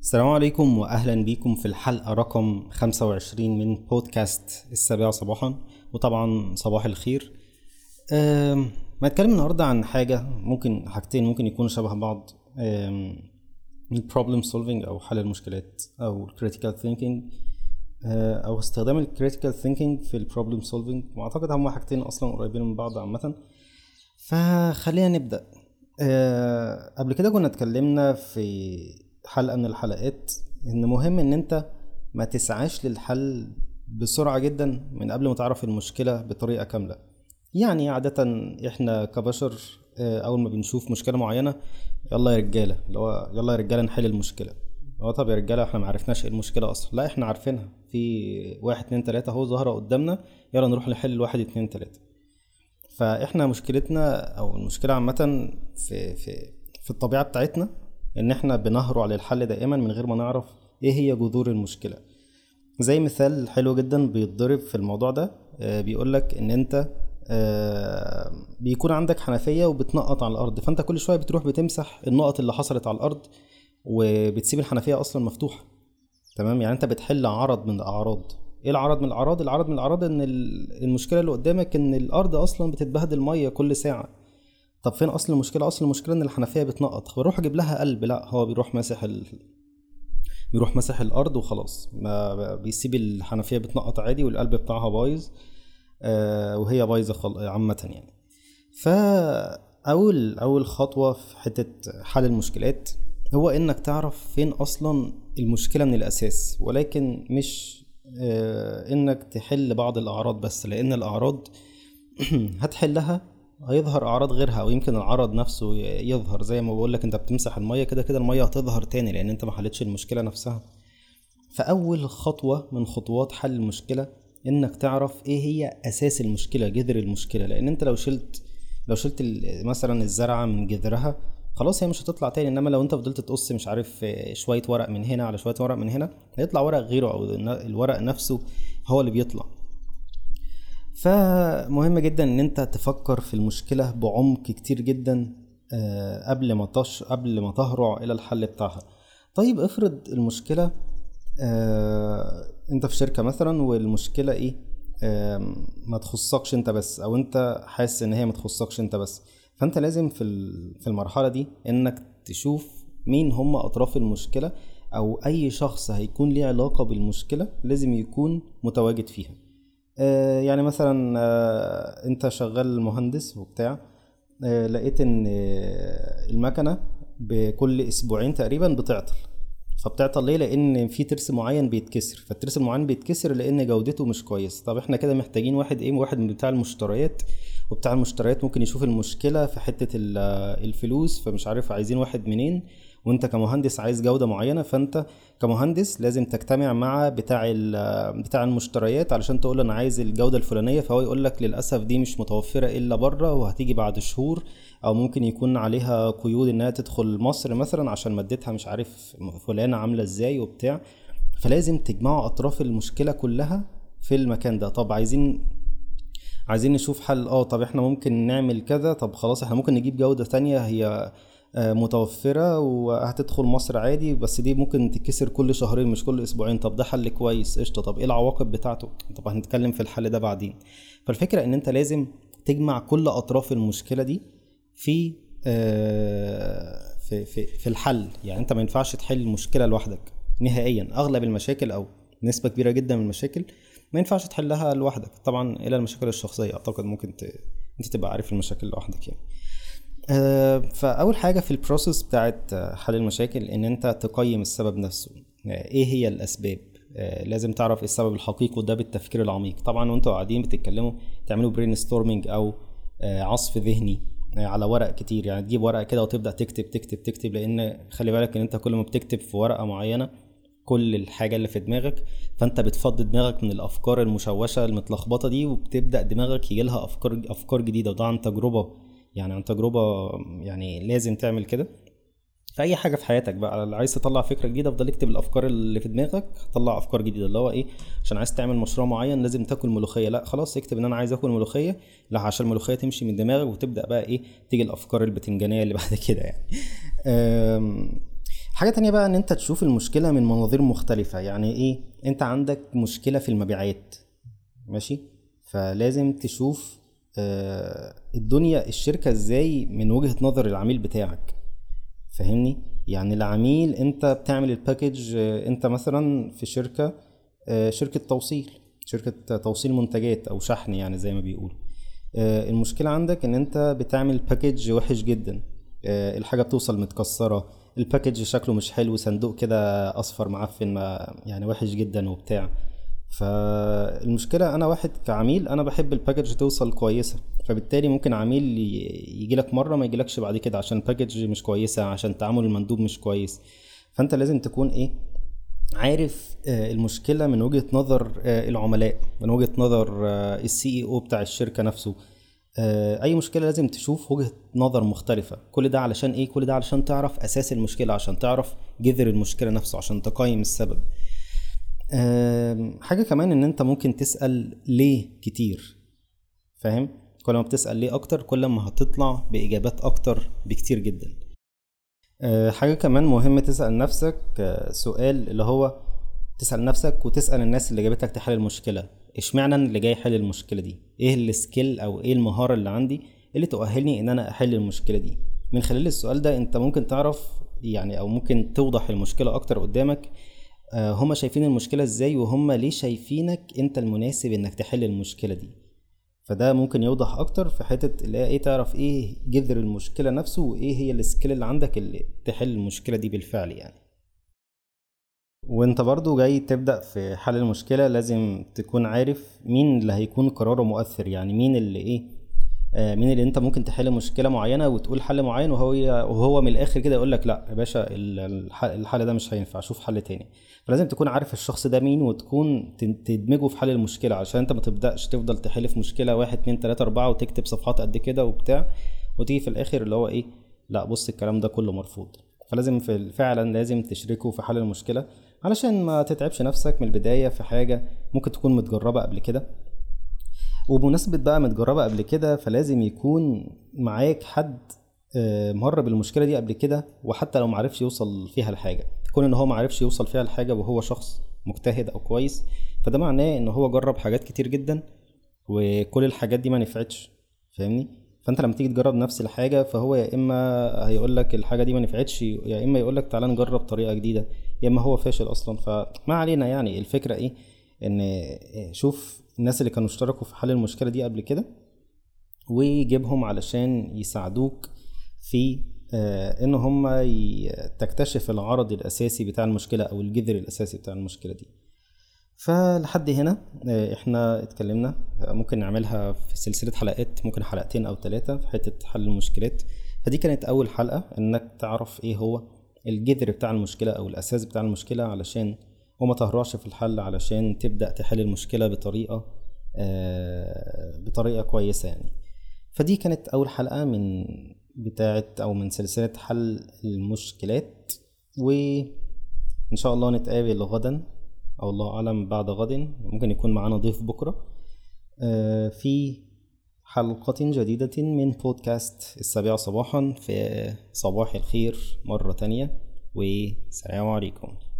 السلام عليكم وأهلا بكم في الحلقة رقم 25 من بودكاست السابعة صباحا. وطبعا صباح الخير. ما نتكلم النهاردة عن حاجتين ممكن يكونوا شبه بعض، problem solving أو حل المشكلات أو critical thinking، أو استخدام critical thinking في problem solving. وأعتقد هما حاجتين أصلا قريبين من بعض عامة. فخلينا نبدأ. قبل كده كنا اتكلمنا في حلقة من الحلقات ان مهم ان انت ما تسعاش للحل بسرعة جدا من قبل ما تعرف المشكلة بطريقة كاملة. يعني عادة احنا كبشر اول ما بنشوف مشكلة معينة، يلا يا رجالة، يلا يا رجالة نحل المشكلة. طب يا رجالة احنا معرفناش ايه المشكلة اصلا. لا، احنا عارفينها، في 1 2 3 اهو ظاهرة قدامنا، يلا نروح نحل 1 2 3. فاحنا مشكلتنا او المشكلة عامة في الطبيعة بتاعتنا ان احنا بنهرع للحل دائما من غير ما نعرف ايه هي جذور المشكلة. زي مثال حلو جدا بيتضرب في الموضوع ده، بيقولك ان انت بيكون عندك حنفية وبتنقط على الارض، فانت كل شوية بتروح بتمسح النقط اللي حصلت على الارض وبتسيب الحنفية اصلا مفتوحة. تمام، يعني انت بتحل عرض من الاعراض. ايه العرض من الاعراض؟ العرض من الاعراض ان المشكلة اللي قدامك ان الارض اصلا بتتبهدل مية كل ساعة. طب فين اصل المشكله؟ اصل المشكله ان الحنفيه بتنقط، فبروح اجيب لها قلب. لا، هو بيروح مسح الارض وخلاص، ما بيسيب الحنفيه بتنقط عادي والقلب بتاعها بايظ، وهي بايظه عامه يعني. فاول خطوه في حته حل المشكلات هو انك تعرف فين اصلا المشكله من الاساس، ولكن مش انك تحل بعض الاعراض بس، لان الاعراض هتحلها هيظهر اعراض غيرها، او يمكن العرض نفسه يظهر. زي ما بقولك انت بتمسح المية، كده المية هتظهر تاني لان انت ما حلتش المشكلة نفسها. فاول خطوة من خطوات حل المشكلة انك تعرف ايه هي اساس المشكلة، جذر المشكلة. لان انت لو شلت مثلا الزرعة من جذرها، خلاص هي مش هتطلع تاني. انما لو انت فضلت تقص مش عارف شوية ورق من هنا على شوية ورق من هنا، هيطلع ورق غيره، او الورق نفسه هو اللي بيطلع. فمهم جدا ان انت تفكر في المشكلة بعمق كتير جدا قبل ما تهرع الى الحل بتاعها. طيب افرض المشكلة انت في شركة مثلا، والمشكلة ايه ما تخصكش انت بس، او انت حاسس ان هي ما تخصكش انت بس. فانت لازم في المرحلة دي انك تشوف مين هم اطراف المشكلة، او اي شخص هيكون ليه علاقة بالمشكلة لازم يكون متواجد فيها. يعني مثلا انت شغال مهندس وبتاع، لقيت ان المكنة بكل اسبوعين تقريبا بتعطل. فبتعطل ليه؟ لان في ترس معين بيتكسر، فالترس المعين بيتكسر لان جودته مش كويس. طب احنا كده محتاجين واحد من بتاع المشتريات، وبتاع المشتريات ممكن يشوف المشكلة في حتة الفلوس، فمش عارف عايزين واحد منين. وانت كمهندس عايز جودة معينة، فانت كمهندس لازم تجتمع مع بتاع المشتريات علشان تقول انا عايز الجودة الفلانية. فهو يقول لك للأسف دي مش متوفرة الا بره، وهتيجي بعد شهور، او ممكن يكون عليها قيود انها تدخل مصر مثلا عشان مادتها مش عارف فلانة عاملة ازاي وبتاع. فلازم تجمعوا اطراف المشكلة كلها في المكان ده. طب عايزين نشوف حل. طب احنا ممكن نعمل كذا. طب خلاص احنا ممكن نجيب جودة تانية هي متوفرة وهتدخل مصر عادي، بس دي ممكن تكسر كل شهرين مش كل اسبوعين. طب ده حل كويس، قشطة. طب ايه العواقب بتاعته؟ طب هنتكلم في الحل ده بعدين. فالفكرة ان انت لازم تجمع كل اطراف المشكلة دي في في الحل. يعني انت ما ينفعش تحل المشكلة لوحدك نهائيا. اغلب المشاكل او نسبة كبيرة جدا من المشاكل ما ينفعش تحلها لوحدك، طبعا الى المشاكل الشخصية. اعتقد ممكن انت تبقى عارف المشاكل لوحدك يعني. فاول حاجة في البروسيس بتاعت حل المشاكل ان انت تقيم السبب نفسه. ايه هي الاسباب؟ لازم تعرف السبب الحقيقي، وده بالتفكير العميق. طبعا وانتوا قاعدين بتتكلموا تعملوا برين ستورمينج او عصف ذهني على ورق كتير. يعني تجيب ورقة كده وتبدأ تكتب، لان خلي بالك ان انت كل ما بتكتب في ورقة معينة كل الحاجة اللي في دماغك، فانت بتفضي دماغك من الافكار المشوشة المتلخبطة دي، وبتبدأ دماغك يجيلها افكار جديدة. وده عن تجربة يعني لازم تعمل كده في اي حاجة في حياتك. بقى اللي عايز تطلع فكرة جديدة افضل اكتب الافكار اللي في دماغك، طلع افكار جديدة. اللي هو ايه؟ عشان عايز تعمل مشروع معين لازم تاكل ملوخية، لا خلاص اكتب ان انا عايز اكل ملوخية. لا، عشان الملوخية تمشي من دماغك وتبدأ بقى ايه؟ تيجي الافكار البتنجانية اللي بعد كده يعني. حاجة تانية بقى ان انت تشوف المشكلة من مناظير مختلفة. يعني ايه؟ انت عندك مشكلة في المبيعات، ماشي؟ فلازم تشوف الدنيا الشركة ازاي من وجهة نظر العميل بتاعك، فاهمني؟ يعني العميل انت بتعمل الباكج، انت مثلا في شركة، شركة توصيل، شركة توصيل منتجات او شحن يعني زي ما بيقولوا. المشكلة عندك ان انت بتعمل باكج وحش جدا، الحاجة بتوصل متكسرة، الباكج شكله مش حلو، صندوق كده اصفر معفن، يعني وحش جدا وبتاع. فالمشكلة انا واحد كعميل انا بحب الباكج توصل كويسة، فبالتالي ممكن عميل يجي لك مرة ما يجيلكش بعد كده عشان الباكج مش كويسة، عشان تعامل المندوب مش كويس. فانت لازم تكون ايه، عارف المشكلة من وجهة نظر العملاء، من وجهة نظر السي اي او بتاع الشركة نفسه. اي مشكلة لازم تشوف وجهة نظر مختلفة. كل ده علشان ايه؟ كل ده علشان تعرف اساس المشكلة، عشان تعرف جذر المشكلة نفسه، عشان تقيم السبب. حاجة كمان ان انت ممكن تسأل ليه كتير، فاهم؟ كل ما بتسأل ليه اكتر كل ما هتطلع باجابات اكتر بكتير جدا. حاجة كمان مهمة تسأل نفسك سؤال، اللي هو تسأل نفسك وتسأل الناس اللي جابتك تحل المشكلة، اشمعنى أنا اللي جاي احل المشكلة دي؟ ايه السكيل او ايه المهارة اللي عندي اللي تؤهلني ان انا احل المشكلة دي؟ من خلال السؤال ده انت ممكن تعرف يعني، او ممكن توضح المشكلة اكتر قدامك. هما شايفين المشكلة ازاي، وهما ليه شايفينك انت المناسب انك تحل المشكلة دي. فده ممكن يوضح اكتر في حتة اللي هي ايه، تعرف ايه جذر المشكلة نفسه، وايه هي السكيل اللي عندك اللي تحل المشكلة دي بالفعل يعني. وانت برضو جاي تبدأ في حل المشكلة لازم تكون عارف مين اللي هيكون قراره مؤثر. يعني مين اللي ايه، مين اللي انت ممكن تحل مشكلة معينة وتقول حل معين، وهو من الاخر كده يقول لك لا يا باشا الحل ده مش هينفع، شوف حل تاني. فلازم تكون عارف الشخص ده مين، وتكون تدمجه في حل المشكلة، عشان انت ما تبدأش تفضل تحل في مشكلة 1 2 3 4 وتكتب صفحات قد كده وبتاع، وتيجي في الاخر اللي هو ايه، لا بص الكلام ده كله مرفوض. فلازم فعلا لازم تشركه في حل المشكلة، علشان ما تتعبش نفسك من البداية في حاجة ممكن تكون متجربة قبل كده. وبمناسبة بقى متجربة قبل كده، فلازم يكون معاك حد مر بالمشكلة دي قبل كده، وحتى لو معرفش يوصل فيها لحاجة، تكون ان هو معرفش يوصل فيها لحاجة وهو شخص مجتهد او كويس، فده معناه ان هو جرب حاجات كتير جدا وكل الحاجات دي ما نفعتش، فاهمني؟ فانت لما تيجي تجرب نفس الحاجة، فهو يا اما هيقول لك الحاجة دي ما نفعتش، يا اما يقول لك تعالى نجرب طريقة جديدة، يا اما هو فاشل اصلا. فما علينا، يعني الفكرة ايه، ان شوف الناس اللي كانوا اشتركوا في حل المشكلة دي قبل كده، ويجيبهم علشان يساعدوك في ان هم تكتشف العرض الاساسي بتاع المشكلة او الجذر الاساسي بتاع المشكلة دي. فلحد هنا احنا اتكلمنا، ممكن نعملها في سلسلة حلقات، ممكن 2 أو 3 في حتة حل المشكلات. فدي كانت اول حلقة، انك تعرف ايه هو الجذر بتاع المشكلة او الاساس بتاع المشكلة، علشان وما تهرعش في الحل، علشان تبدأ تحل المشكلة بطريقة كويسة يعني. فدي كانت اول حلقة من سلسلة حل المشكلات، وان شاء الله نتقابل غدا، او الله اعلم بعد غد، ممكن يكون معانا ضيف بكرة في حلقة جديدة من بودكاست 7 صباحا، في صباح الخير مرة تانية، والسلام عليكم.